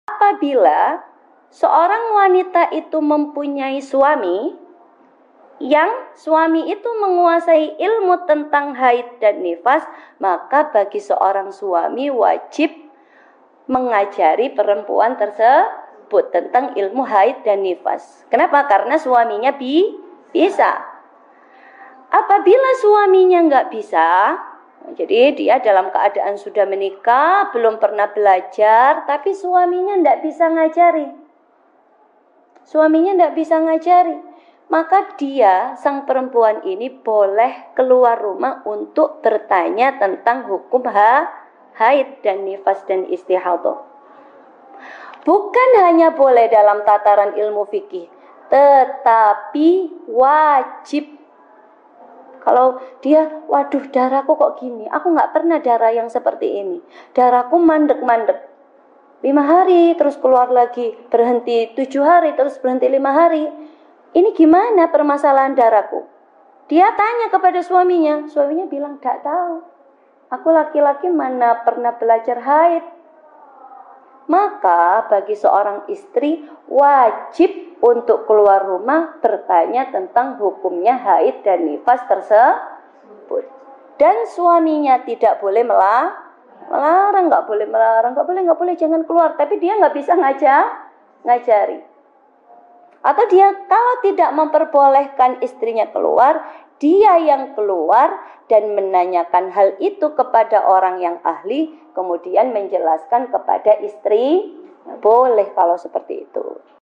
Apabila seorang wanita itu mempunyai suami, yang suami itu menguasai ilmu tentang haid dan nifas, maka bagi seorang suami wajib mengajari perempuan tersebut tentang ilmu haid dan nifas. Kenapa? Karena suaminya bisa. Apabila suaminya nggak bisa, jadi dia dalam keadaan sudah menikah, belum pernah belajar, tapi suaminya nggak bisa ngajari. Maka dia, sang perempuan ini boleh keluar rumah untuk bertanya tentang hukum haid dan nifas dan istihadah. Bukan hanya boleh dalam tataran ilmu fikih, tetapi wajib. Kalau dia, waduh darahku kok gini, aku gak pernah darah yang seperti ini. Darahku mandek-mandek. 5 hari terus keluar lagi, berhenti 7 hari terus berhenti 5 hari. Ini gimana permasalahan darahku? Dia tanya kepada suaminya bilang gak tahu. Aku laki-laki mana pernah belajar haid. Maka bagi seorang istri wajib untuk keluar rumah bertanya tentang hukumnya haid dan nifas tersebut. Dan suaminya tidak boleh melarang, nggak boleh, jangan keluar. Tapi dia nggak bisa ngajari. Atau dia kalau tidak memperbolehkan istrinya keluar, dia yang keluar dan menanyakan hal itu kepada orang yang ahli, kemudian menjelaskan kepada istri. Boleh kalau seperti itu.